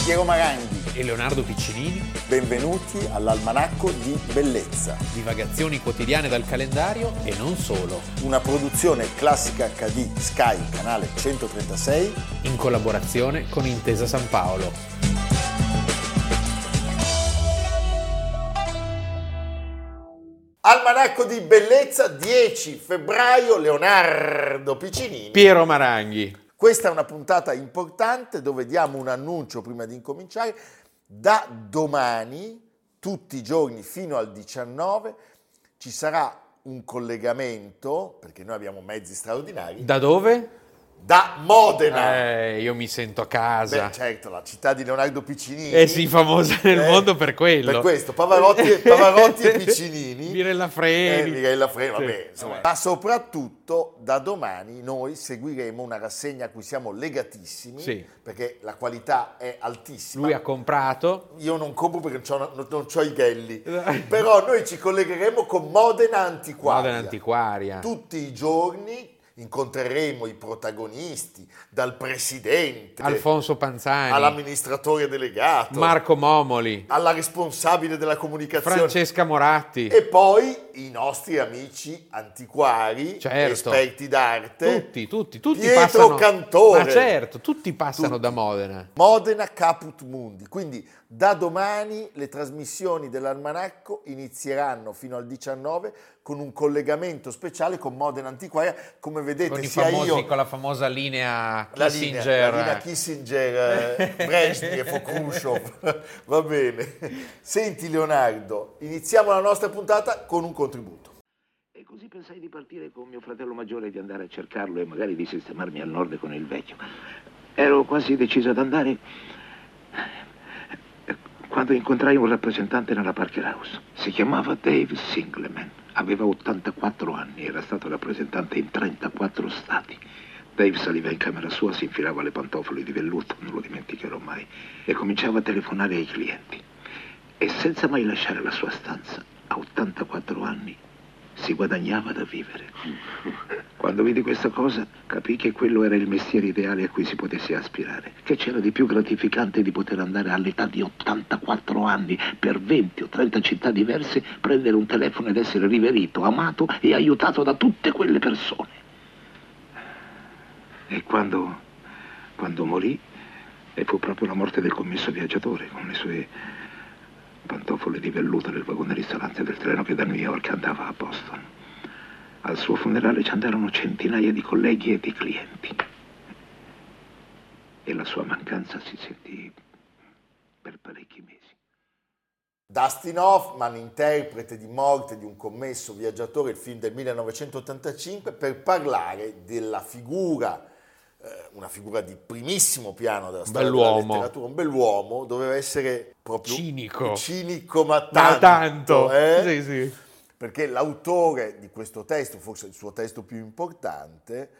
Piero Maranghi e Leonardo Piccinini. Benvenuti all'Almanacco di Bellezza. Divagazioni quotidiane dal calendario e non solo. Una produzione Classica HD Sky, canale 136. In collaborazione con Intesa San Paolo. Almanacco di Bellezza, 10 febbraio, Leonardo Piccinini. Piero Maranghi. Questa è una puntata importante dove diamo un annuncio prima di incominciare. Da domani, tutti i giorni fino al 19, ci sarà un collegamento, perché noi abbiamo mezzi straordinari. Da dove? Da Modena. Io mi sento a casa. Beh, certo, la città di Leonardo Piccinini. Sì, famosa nel mondo per quello. Per questo, Pavarotti e Piccinini. Mirella Freni. Vabbè, insomma. Ma soprattutto da domani noi seguiremo una rassegna a cui siamo legatissimi, sì, perché la qualità è altissima. Lui ha comprato. Io non compro perché non c'ho i ghelli. Però noi ci collegheremo con Modena Antiquaria. Modena Antiquaria. Tutti i giorni incontreremo i protagonisti, dal presidente Alfonso Panzani, all'amministratore delegato Marco Momoli, alla responsabile della comunicazione Francesca Moratti, e poi i nostri amici antiquari, certo, esperti d'arte, tutti Pietro passano, Cantore, ma certo, tutti passano da Modena. Modena Caput Mundi. Quindi da domani le trasmissioni dell'Almanacco inizieranno fino al 19 con un collegamento speciale con Modena Antiquaria, come vedete con sia io con la famosa linea Kissinger, la linea Kissinger, Brezhnev o Khrushchev. Va bene. Senti Leonardo, iniziamo la nostra puntata con un contributo. E così pensai di partire con mio fratello maggiore e di andare a cercarlo e magari di sistemarmi al nord con il vecchio. Ero quasi deciso ad andare quando incontrai un rappresentante nella Parker House. Si chiamava Dave Singleman, aveva 84 anni, era stato rappresentante in 34 stati. Dave saliva in camera sua, si infilava le pantofole di velluto, non lo dimenticherò mai, e cominciava a telefonare ai clienti. E senza mai lasciare la sua stanza, a 84 anni, si guadagnava da vivere. Quando vidi questa cosa, capii che quello era il mestiere ideale a cui si potesse aspirare. Che c'era di più gratificante di poter andare all'età di 84 anni, per 20 o 30 città diverse, prendere un telefono ed essere riverito, amato e aiutato da tutte quelle persone. E quando morì, e fu proprio la morte del commesso viaggiatore, con le sue pantofole di velluto nel vagone ristorante del treno che da New York andava a Boston. Al suo funerale ci andarono centinaia di colleghi e di clienti. E la sua mancanza si sentì per parecchi mesi. Dustin Hoffman, interprete di Morte di un commesso viaggiatore, il film del 1985, per parlare della figura, una figura di primissimo piano della storia della letteratura, un bell'uomo, doveva essere proprio cinico ma tanto. Sì. Perché l'autore di questo testo, forse il suo testo più importante,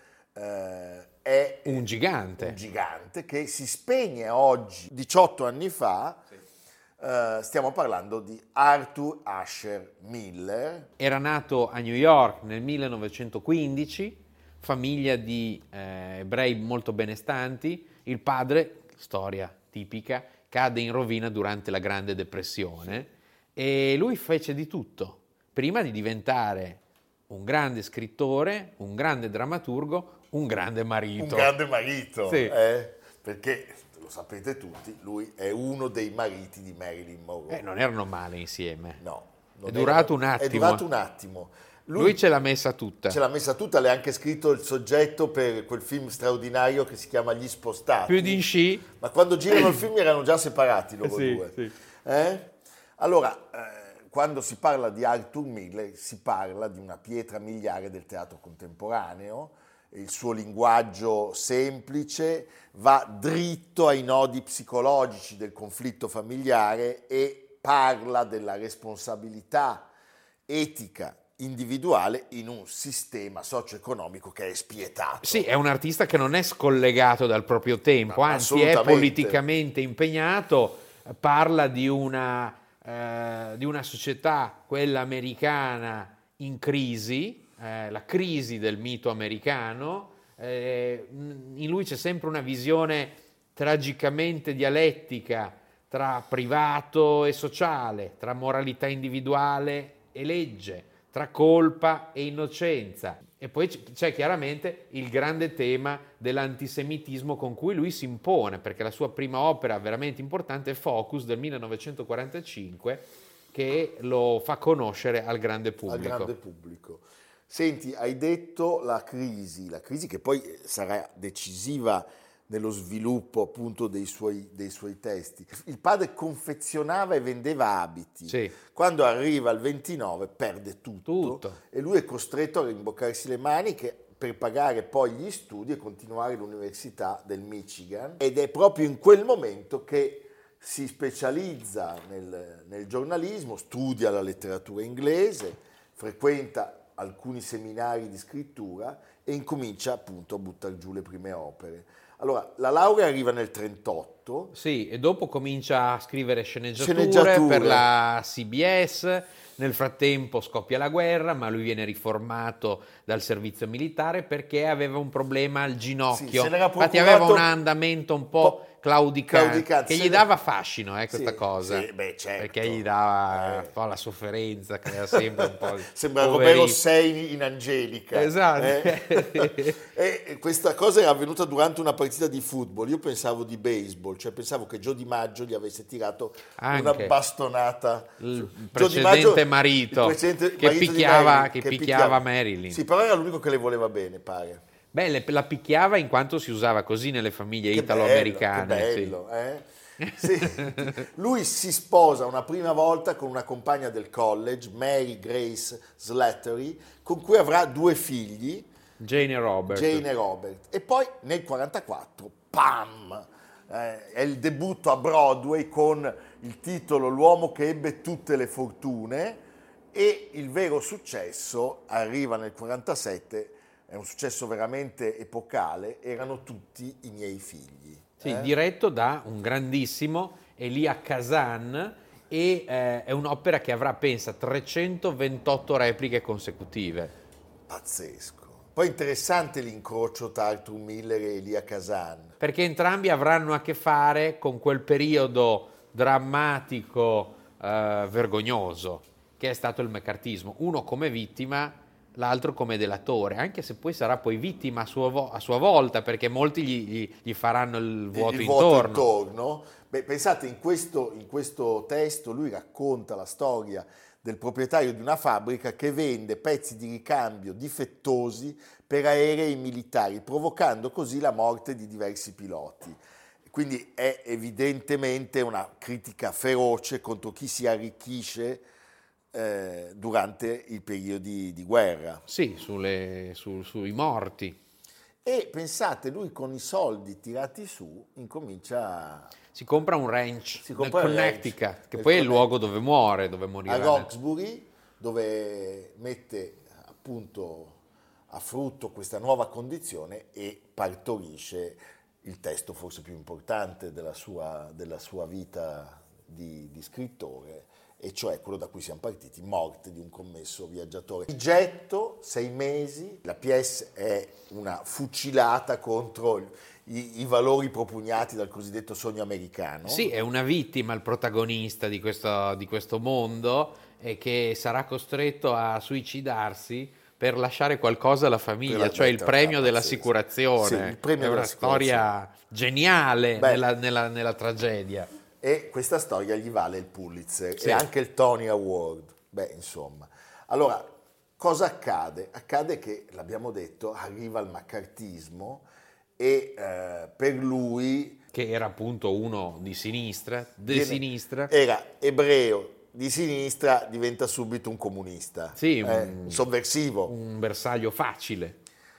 è un gigante. Un gigante che si spegne oggi, 18 anni fa. Sì. Stiamo parlando di Arthur Asher Miller. Era nato a New York nel 1915, famiglia di ebrei molto benestanti. Il padre, storia tipica, cade in rovina durante la Grande Depressione e lui fece di tutto prima di diventare un grande scrittore, un grande drammaturgo, un grande marito. Un grande marito, sì. Perché, lo sapete tutti, lui è uno dei mariti di Marilyn Monroe. Non erano male insieme. No. È durato un attimo. Lui ce l'ha messa tutta. Ce l'ha messa tutta, le ha anche scritto il soggetto per quel film straordinario che si chiama Gli Spostati. Più di sci. Ma quando girano il film erano già separati loro due. Sì. Allora, quando si parla di Arthur Miller, si parla di una pietra miliare del teatro contemporaneo. Il suo linguaggio semplice va dritto ai nodi psicologici del conflitto familiare e parla della responsabilità etica individuale in un sistema socio-economico che è spietato. Sì, è un artista che non è scollegato dal proprio tempo, anzi è politicamente impegnato, parla di una società, quella americana, in crisi, la crisi del mito americano. In lui c'è sempre una visione tragicamente dialettica tra privato e sociale, tra moralità individuale e legge, tra colpa e innocenza. E poi c'è chiaramente il grande tema dell'antisemitismo con cui lui si impone, perché la sua prima opera veramente importante è Focus del 1945, che lo fa conoscere al grande pubblico. Al grande pubblico. Senti, hai detto la crisi che poi sarà decisiva nello sviluppo appunto dei suoi testi. Il padre confezionava e vendeva abiti. Sì. Quando arriva al 29 perde tutto. E lui è costretto a rimboccarsi le maniche per pagare poi gli studi e continuare l'università del Michigan. Ed è proprio in quel momento che si specializza nel giornalismo, studia la letteratura inglese, frequenta alcuni seminari di scrittura e incomincia appunto a buttare giù le prime opere. Allora, la laurea arriva nel 1938. Sì, e dopo comincia a scrivere sceneggiature per la CBS. Nel frattempo scoppia la guerra, ma lui viene riformato dal servizio militare perché aveva un problema al ginocchio. Sì, infatti aveva un andamento un po' claudicante, che gli dava fascino questa cosa. Sì, beh, certo. Perché gli dava un po' la sofferenza, che era sempre un po' sembra Romero 6 in Angelica. Esatto. E questa cosa era avvenuta durante una partita di football. Io pensavo di baseball, cioè pensavo che Joe DiMaggio gli avesse tirato una bastonata. Il precedente marito che picchiava Marilyn. Sì, però era l'unico che le voleva bene, pare. Beh, la picchiava in quanto si usava così nelle famiglie italo-americane. Che bello, sì. Lui si sposa una prima volta con una compagna del college, Mary Grace Slattery, con cui avrà 2 figli, Jane e Robert. E poi nel 1944, pam! È il debutto a Broadway con il titolo L'uomo che ebbe tutte le fortune, e il vero successo arriva nel 1947. È un successo veramente epocale, Erano tutti i miei figli. Sì, diretto da un grandissimo Elia Kazan, e è un'opera che avrà, pensa, 328 repliche consecutive. Pazzesco. Poi interessante l'incrocio tra Arthur Miller e Elia Kazan. Perché entrambi avranno a che fare con quel periodo drammatico, vergognoso, che è stato il mccarthyismo. Uno come vittima, l'altro come delatore, anche se poi sarà poi vittima a sua volta, perché molti gli faranno il vuoto intorno. Beh, pensate, in questo testo lui racconta la storia del proprietario di una fabbrica che vende pezzi di ricambio difettosi per aerei militari, provocando così la morte di diversi piloti. Quindi è evidentemente una critica feroce contro chi si arricchisce durante i periodi di guerra. Sì, sui morti. E pensate, lui con i soldi tirati su si compra un ranch nel Connecticut, che poi è il luogo dove morirà. A Roxbury, dove mette appunto a frutto questa nuova condizione e partorisce il testo forse più importante della sua vita di scrittore, e cioè quello da cui siamo partiti, Morte di un commesso viaggiatore. Il getto, 6 mesi, la pièce è una fucilata contro i valori propugnati dal cosiddetto sogno americano. Sì, è una vittima il protagonista di questo mondo, e che sarà costretto a suicidarsi per lasciare qualcosa alla famiglia, cioè il premio dell'assicurazione. Sì, il premio è una storia geniale nella tragedia. E questa storia gli vale il Pulitzer sì. E anche il Tony Award. Beh, insomma. Allora, cosa accade? Accade che, l'abbiamo detto, arriva il mccarthyismo e per lui... Che era appunto uno di sinistra, sinistra. Era ebreo, di sinistra, diventa subito un comunista. Sì, un sovversivo. Un bersaglio facile.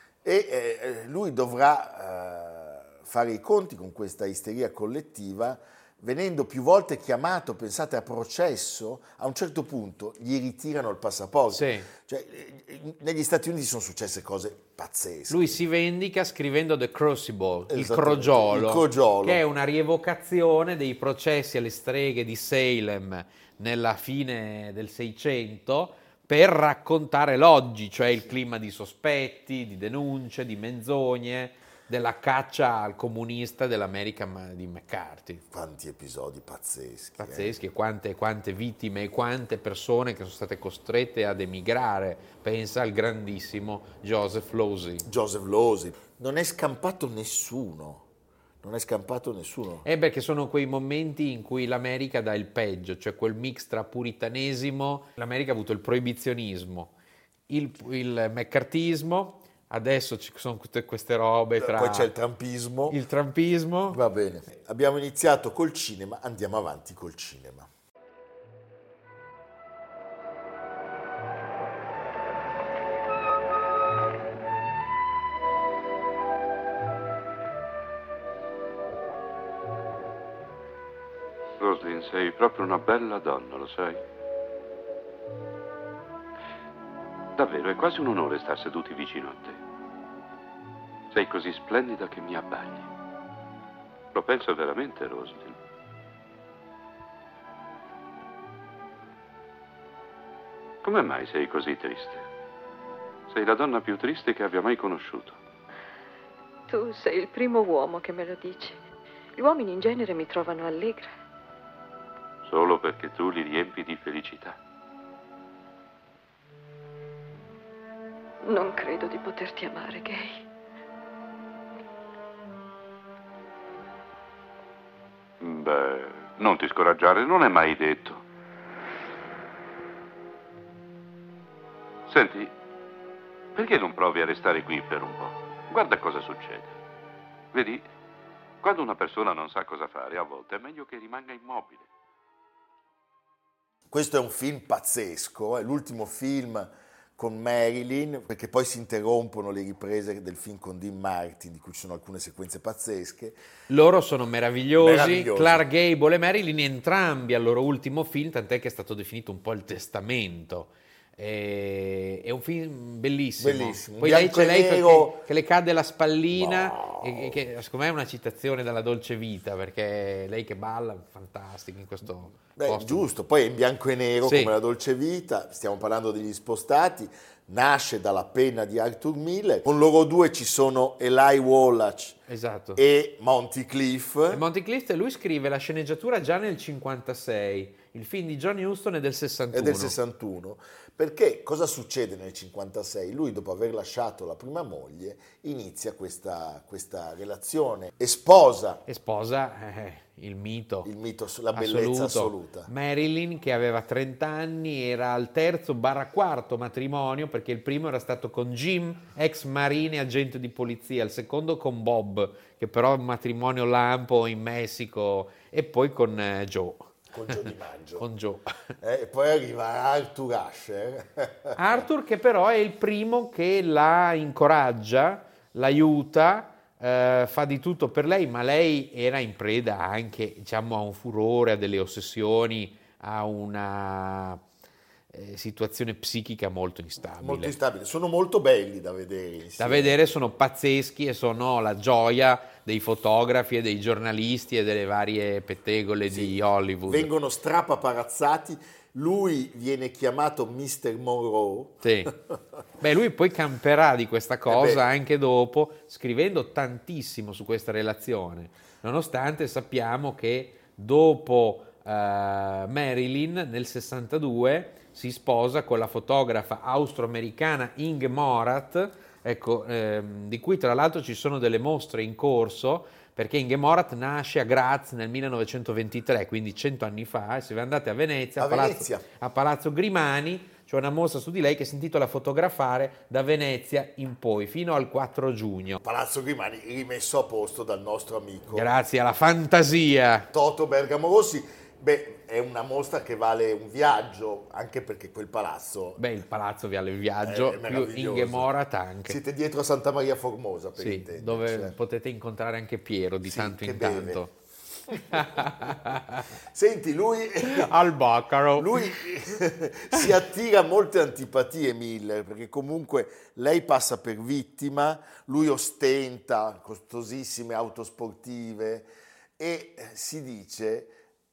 E lui dovrà fare i conti con questa isteria collettiva, venendo più volte chiamato, pensate, a processo. A un certo punto gli ritirano il passaporto. Sì. Cioè, negli Stati Uniti sono successe cose pazzesche. Lui si vendica scrivendo The Crucible, il crogiolo, che è una rievocazione dei processi alle streghe di Salem nella fine del 600, per raccontare l'oggi, cioè il clima di sospetti, di denunce, di menzogne. della caccia al comunista dell'America di McCarthy. Quanti episodi pazzeschi. Pazzeschi, e quante vittime e quante persone che sono state costrette ad emigrare. Pensa al grandissimo Joseph Losey. Joseph Losey. Non è scampato nessuno. Perché sono quei momenti in cui l'America dà il peggio, cioè quel mix tra puritanesimo, l'America ha avuto il proibizionismo, il mccarthyismo, adesso ci sono tutte queste robe tra... Poi c'è il trumpismo. Va bene. Abbiamo iniziato col cinema, andiamo avanti col cinema. Roslyn, sei proprio una bella donna, lo sai? Davvero, è quasi un onore star seduti vicino a te. Sei così splendida che mi abbagli. Lo penso veramente, Roslyn. Come mai sei così triste? Sei la donna più triste che abbia mai conosciuto. Tu sei il primo uomo che me lo dice. Gli uomini in genere mi trovano allegra. Solo perché tu li riempi di felicità. Non credo di poterti amare, Gay. Beh, non ti scoraggiare, non è mai detto. Senti, perché non provi a restare qui per un po'? Guarda cosa succede. Vedi, quando una persona non sa cosa fare, a volte è meglio che rimanga immobile. Questo è un film pazzesco, è l'ultimo film con Marilyn, perché poi si interrompono le riprese del film con Dean Martin, di cui ci sono alcune sequenze pazzesche. Loro sono meravigliosi. Clark Gable e Marilyn, entrambi al loro ultimo film, tant'è che è stato definito un po' il testamento. È un film bellissimo. Poi lei c'è lei che le cade la spallina, e che secondo me è una citazione dalla Dolce Vita, perché lei che balla, fantastica in questo posto. Giusto, poi è in bianco e nero, sì, come la Dolce Vita. Stiamo parlando degli Spostati, nasce dalla penna di Arthur Miller. Con loro due ci sono Eli Wallach, esatto, e Monty Clift. Lui scrive la sceneggiatura già nel 1956, il film di John Huston è del 61. È del 61, perché cosa succede nel 1956? Lui, dopo aver lasciato la prima moglie, inizia questa relazione e sposa il mito, la bellezza assoluta. Marilyn, che aveva 30 anni, era al terzo/quarto matrimonio, perché il primo era stato con Jim, ex marine agente di polizia, il secondo con Bob, che però è un matrimonio lampo in Messico, e poi con Joe. Con Joe DiMaggio. Con Joe. E poi arriva Arthur Asher. Arthur, che però è il primo che la incoraggia, l'aiuta, fa di tutto per lei, ma lei era in preda anche, diciamo, a un furore, a delle ossessioni, a una situazione psichica molto instabile. Molto instabile. Sono molto belli da vedere insieme. Da vedere, sono pazzeschi e sono la gioia dei fotografi e dei giornalisti e delle varie pettegole, sì, di Hollywood. Vengono strapaparazzati. Lui viene chiamato Mr. Monroe. Sì. Lui poi camperà di questa cosa anche dopo, scrivendo tantissimo su questa relazione, nonostante sappiamo che dopo Marilyn nel 62 si sposa con la fotografa austro-americana Inge Morath, di cui tra l'altro ci sono delle mostre in corso, perché Inge Morath nasce a Graz nel 1923, quindi 100 anni fa, e se vi andate a Venezia, a Palazzo Grimani, c'è una mostra su di lei che si intitola Fotografare da Venezia in poi, fino al 4 giugno. Palazzo Grimani rimesso a posto dal nostro amico. Grazie alla fantasia. Toto Bergamo Rossi. È una mostra che vale un viaggio, anche perché quel palazzo... il palazzo vale il viaggio, più Inge Morath anche. Siete dietro a Santa Maria Formosa, per intenderci. Dove potete incontrare anche Piero di tanto in tanto. Senti, lui... Al Baccaro. Lui si attira molte antipatie, Miller, perché comunque lei passa per vittima, lui ostenta costosissime auto sportive e si dice...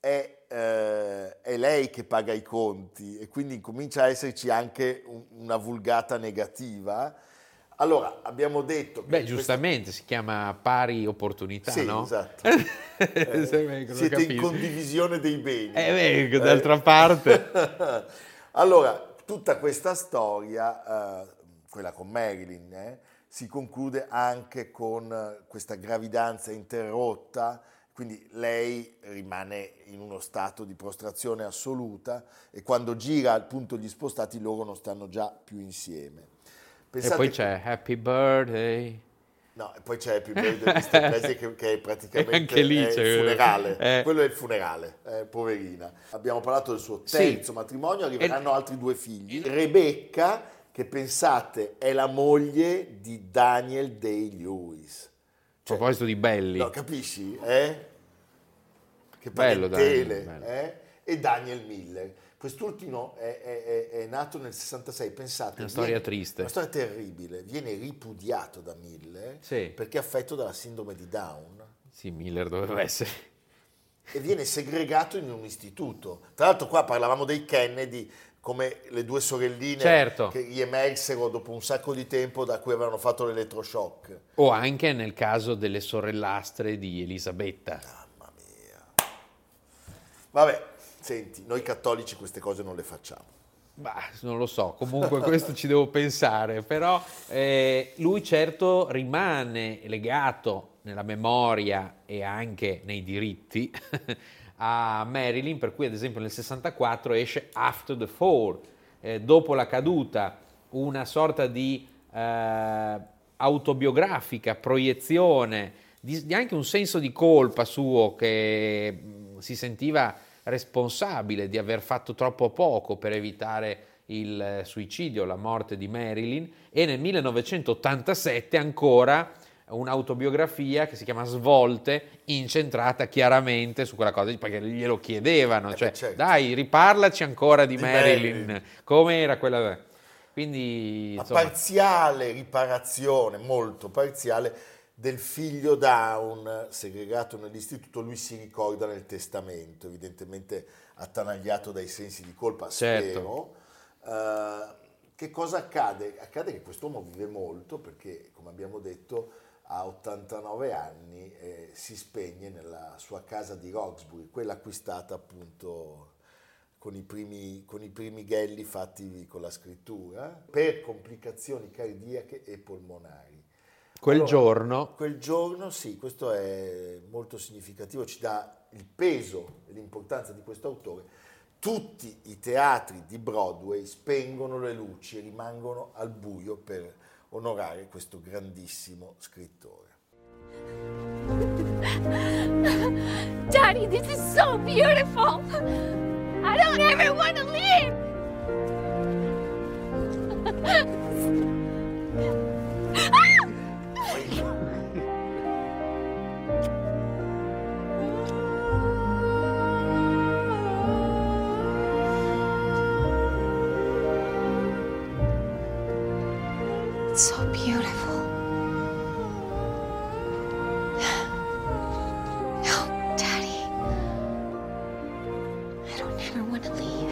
È lei che paga i conti, e quindi comincia a esserci anche una vulgata negativa. Allora, abbiamo detto che... Beh, giustamente, si chiama pari opportunità, Sì, no? esatto. Siete in condivisione dei beni. D'altra parte. Allora, tutta questa storia, quella con Marilyn, si conclude anche con questa gravidanza interrotta, quindi lei rimane in uno stato di prostrazione assoluta e quando gira al punto gli spostati loro non stanno già più insieme. Pensate E poi c'è Happy Birthday. No, e poi c'è Happy Birthday di Mr. Presley che è praticamente Anche lì il c'è funerale. Quello è il funerale, poverina. Abbiamo parlato del suo terzo matrimonio, arriveranno altri 2 figli. Rebecca, che pensate è la moglie di Daniel Day-Lewis. A proposito di belli. No, capisci? Che Bello, parentele. Daniel. E Daniel Miller. Quest'ultimo è nato nel 66, pensate. È una storia triste. Una storia terribile. Viene ripudiato da Miller perché è affetto dalla sindrome di Down. Sì, Miller doveva essere. E viene segregato in un istituto. Tra l'altro qua parlavamo dei Kennedy come le 2 sorelline che gli emersero dopo un sacco di tempo da cui avevano fatto l'elettroshock. O anche nel caso delle sorellastre di Elisabetta. Mamma mia. Vabbè, senti, noi cattolici queste cose non le facciamo. Bah, non lo so, comunque questo ci devo pensare, però lui certo rimane legato nella memoria e anche nei diritti a Marilyn, per cui ad esempio nel 64 esce After the Fall, dopo la caduta, una sorta di autobiografica proiezione, di anche un senso di colpa suo che si sentiva responsabile di aver fatto troppo poco per evitare il suicidio, la morte di Marilyn, e nel 1987 ancora un'autobiografia che si chiama Svolte, incentrata chiaramente su quella cosa, perché glielo chiedevano, cioè certo. Dai, riparlaci ancora di Marilyn, come era quella... Quindi, insomma... parziale riparazione, molto parziale, del figlio Down segregato nell'istituto. Lui si ricorda nel testamento, evidentemente attanagliato dai sensi di colpa, spero. Che cosa accade? Accade che quest'uomo vive molto perché, come abbiamo detto, a 89 anni si spegne nella sua casa di Roxbury, quella acquistata appunto con i primi ghelli fatti con la scrittura, per complicazioni cardiache e polmonari. Quel giorno, sì, questo è molto significativo, ci dà il peso e l'importanza di questo autore. Tutti i teatri di Broadway spengono le luci e rimangono al buio per onorare questo grandissimo scrittore. Daddy, this is so beautiful. I don't ever want to leave. It's so beautiful. No, Daddy. I don't ever want to leave.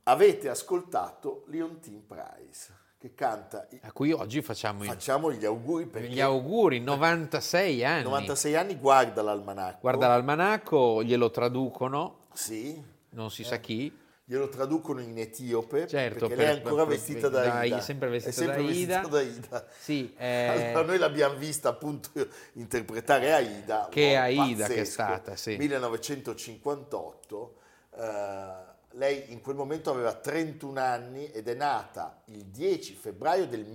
avete ascoltato Leontyne Price, che canta, A cui oggi facciamo gli auguri perché gli auguri, 96 anni. 96 anni, guarda l'almanacco. Guarda l'almanacco, glielo traducono, Sì, non si sa chi. glielo traducono in etiope, Certo, perché lei è ancora vestita da Ida. sempre vestita È sempre da Ida. vestita da Ida. Sì, Allora, noi l'abbiamo vista appunto interpretare Aida. Che è uomo Aida che è pazzesco. stata, sì. 1958. Lei in quel momento aveva 31 anni ed è nata il 10 febbraio del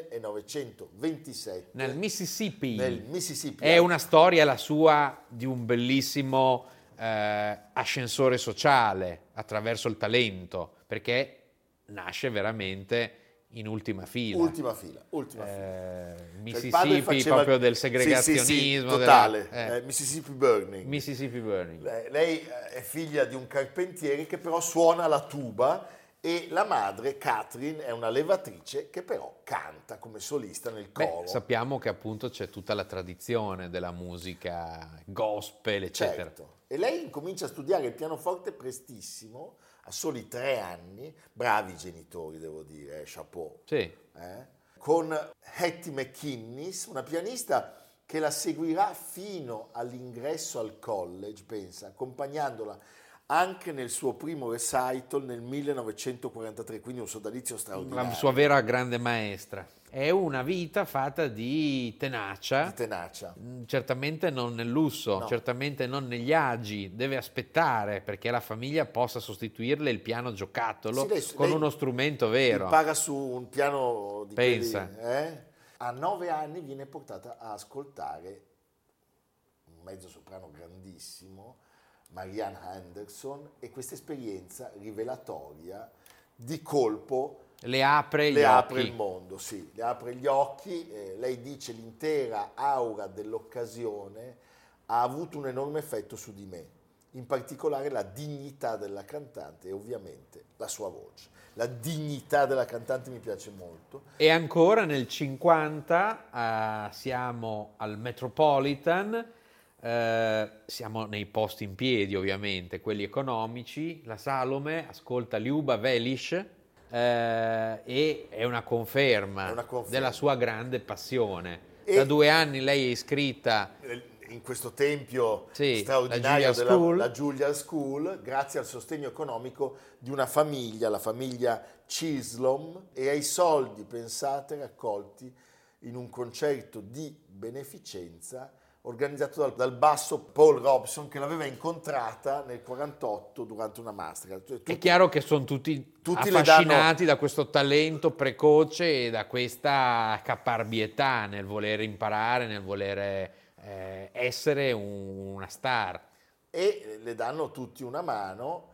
1927 nel Mississippi. nel Mississippi. È una storia la sua di un bellissimo ascensore sociale attraverso il talento, perché nasce veramente in ultima fila. Ultima fila. Mississippi faceva- proprio del Sì, segregazionismo. totale. Mississippi Burning. Mississippi Burning. Lei è figlia di un carpentiere che però suona la tuba e la madre, Catherine, è una levatrice che però canta come solista nel coro. Sappiamo che appunto c'è tutta la tradizione della musica gospel, eccetera. Certo. E lei incomincia a studiare il pianoforte prestissimo, a soli 3 anni, bravi genitori devo dire, chapeau. Sì. Con Hattie McInnes, una pianista che la seguirà fino all'ingresso al college, pensa, accompagnandola anche nel suo primo recital nel 1943, quindi un sodalizio straordinario. La sua vera grande maestra. È una vita fatta di tenacia. Di tenacia. Certamente non nel lusso, No. certamente non negli agi, deve aspettare perché la famiglia possa sostituirle il piano giocattolo Sì, con lei uno strumento vero. Paga su un piano di Pensa. quelli, A 9 anni viene portata a ascoltare un mezzo soprano grandissimo, Marianne Henderson, e questa esperienza rivelatoria di colpo Le apre gli le apre occhi. il mondo, sì, le apre gli occhi. Lei dice l'intera aura dell'occasione ha avuto un enorme effetto su di me, in particolare la dignità della cantante e ovviamente la sua voce. La dignità della cantante mi piace molto. E ancora nel 50 siamo al Metropolitan, siamo nei posti in piedi ovviamente, quelli economici, la Salome ascolta Liuba Veliš e è una conferma, della sua grande passione. Da 2 anni lei è iscritta In questo tempio Sì, straordinario la Juilliard School. la Juilliard School, grazie al sostegno economico di una famiglia, la famiglia Chisholm, e ai soldi, pensate, raccolti in un concerto di beneficenza organizzato dal basso Paul Robson, che l'aveva incontrata nel 48 durante una masterclass. Cioè, È chiaro che sono tutti le affascinati danno- da questo talento precoce e da questa caparbietà nel voler imparare, nel voler essere una star. e le danno tutti una mano,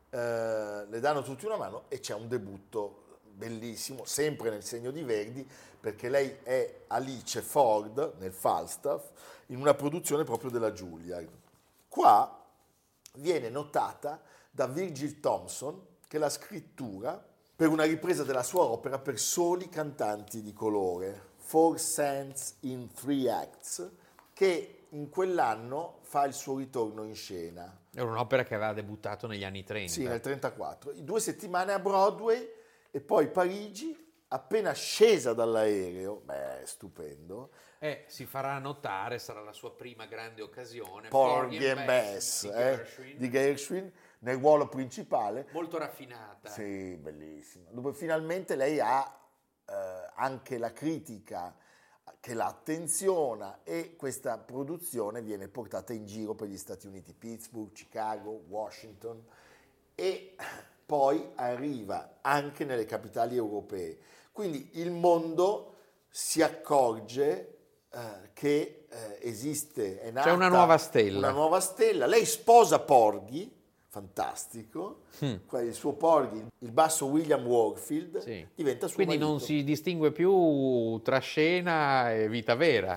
e c'è un debutto bellissimo, sempre nel segno di Verdi, perché lei è Alice Ford nel Falstaff, in una produzione proprio della Juilliard. Qua viene notata da Virgil Thomson che la scrittura per una ripresa della sua opera per soli cantanti di colore, Four Cents in Three Acts, che in quell'anno fa il suo ritorno in scena. Era un'opera che aveva debuttato negli anni 30. Sì, nel 1934. 2 settimane a Broadway e poi Parigi, appena scesa dall'aereo, stupendo, Si farà notare, sarà la sua prima grande occasione. Porgy and Bess di Gershwin nel ruolo principale. Molto raffinata. Sì, bellissima. Dove finalmente lei ha anche la critica che la attenziona, e questa produzione viene portata in giro per gli Stati Uniti, Pittsburgh, Chicago, Washington, e poi arriva anche nelle capitali europee. Quindi il mondo si accorge che esiste, è nata C'è una nuova stella. Una nuova stella. Lei sposa Porgy, fantastico, il suo Porgy, il basso William Warfield, Sì. diventa suo Quindi non marito. si distingue più tra scena e vita vera.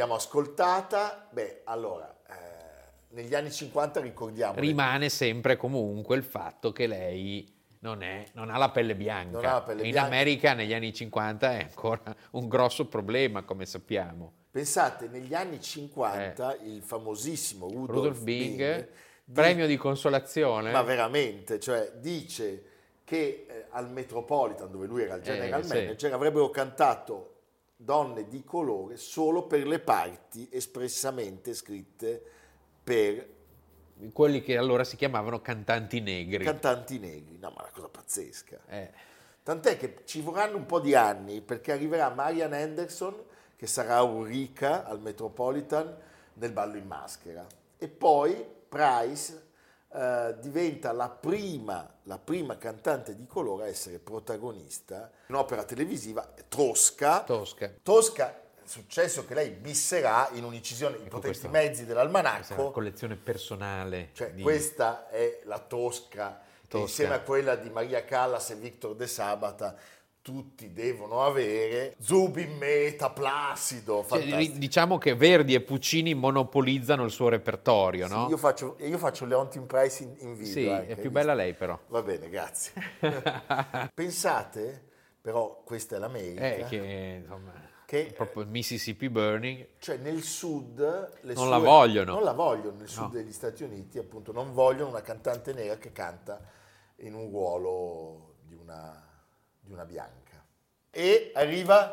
l'abbiamo ascoltata. Beh, allora, negli anni 50 ricordiamo... Rimane sempre comunque il fatto che lei non ha la pelle bianca. Non ha la pelle in bianca. America negli anni 50 è ancora un grosso problema, come sappiamo. Pensate, negli anni 50 il famosissimo Rudolf Bing, premio di consolazione. Ma veramente, cioè dice che al Metropolitan, dove lui era il general manager, avrebbero cantato donne di colore solo per le parti espressamente scritte per quelli che allora si chiamavano cantanti negri. Cantanti negri, no, ma una cosa pazzesca. Tant'è che ci vorranno un po' di anni perché arriverà Marian Anderson, che sarà Ulrika al Metropolitan nel ballo in maschera, e poi Price diventa la prima cantante di colore a essere protagonista in un'opera televisiva, Tosca, successo che lei bisserà in un'incisione, i potenti mezzi dell'almanacco. È una collezione personale. Cioè, questa è la Tosca, che insieme a quella di Maria Callas e Victor De Sabata tutti devono avere. Zubin Mehta, Placido, fantastico. Diciamo che Verdi e Puccini monopolizzano il suo repertorio, no? Io faccio Leontyne Price in video. Sì, è più bella lei però. Va bene, grazie. Pensate, però questa è l'America. Che proprio Mississippi Burning. Cioè nel sud la vogliono. Non la vogliono nel sud degli Stati Uniti, appunto, non vogliono una cantante nera che canta in un ruolo di una bianca. E arriva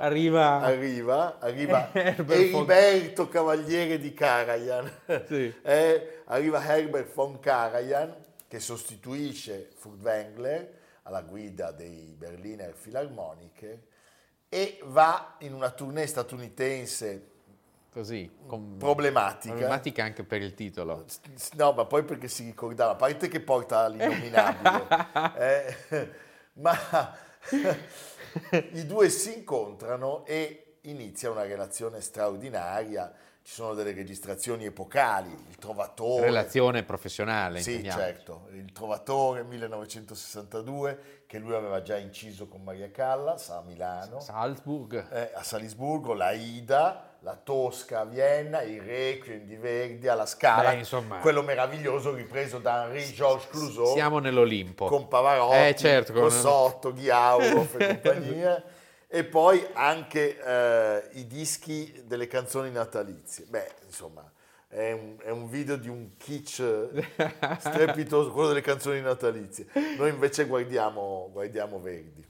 Heriberto Cavaliere di Karajan. Sì. Arriva Herbert von Karajan, che sostituisce Furtwängler alla guida dei Berliner Philharmoniker e va in una tournée statunitense problematica anche per il titolo. No, ma poi perché si ricordava, a parte che porta all'innominabile, ma i due si incontrano e inizia una relazione straordinaria. Ci sono delle registrazioni epocali, Il Trovatore. Relazione professionale. Sì, certo. Il Trovatore 1962, che lui aveva già inciso con Maria Callas a Milano. A Salisburgo, la Ida, la Tosca a Vienna, il Requiem di Verdi alla Scala. Quello meraviglioso ripreso da Henri-Georges Clouzot. Siamo nell'Olimpo. Con Pavarotti, Cossotto, Ghiaurov e compagnia. E poi anche i dischi delle canzoni natalizie. Beh, insomma, è un video di un kitsch strepitoso, quello delle canzoni natalizie. Noi invece guardiamo Verdi.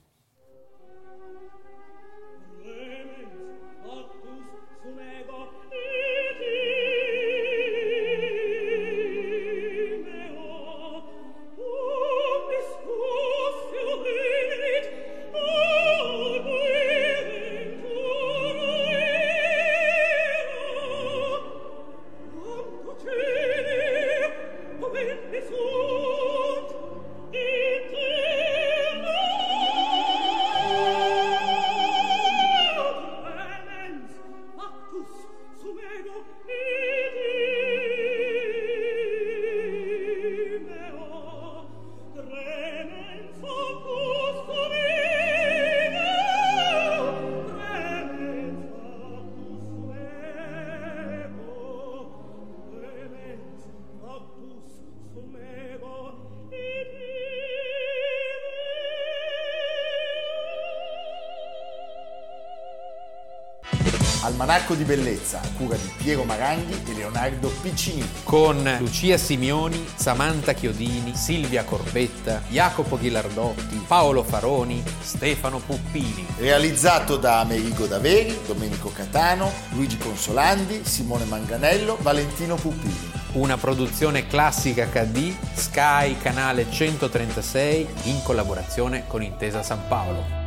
Almanacco di bellezza a cura di Piero Maranghi e Leonardo Piccini. Con Lucia Simioni, Samantha Chiodini, Silvia Corbetta, Jacopo Ghilardotti, Paolo Faroni, Stefano Puppini. Realizzato da Amerigo Daveri, Domenico Catano, Luigi Consolandi, Simone Manganello, Valentino Puppini. Una produzione Classica HD, Sky Canale 136 in collaborazione con Intesa San Paolo.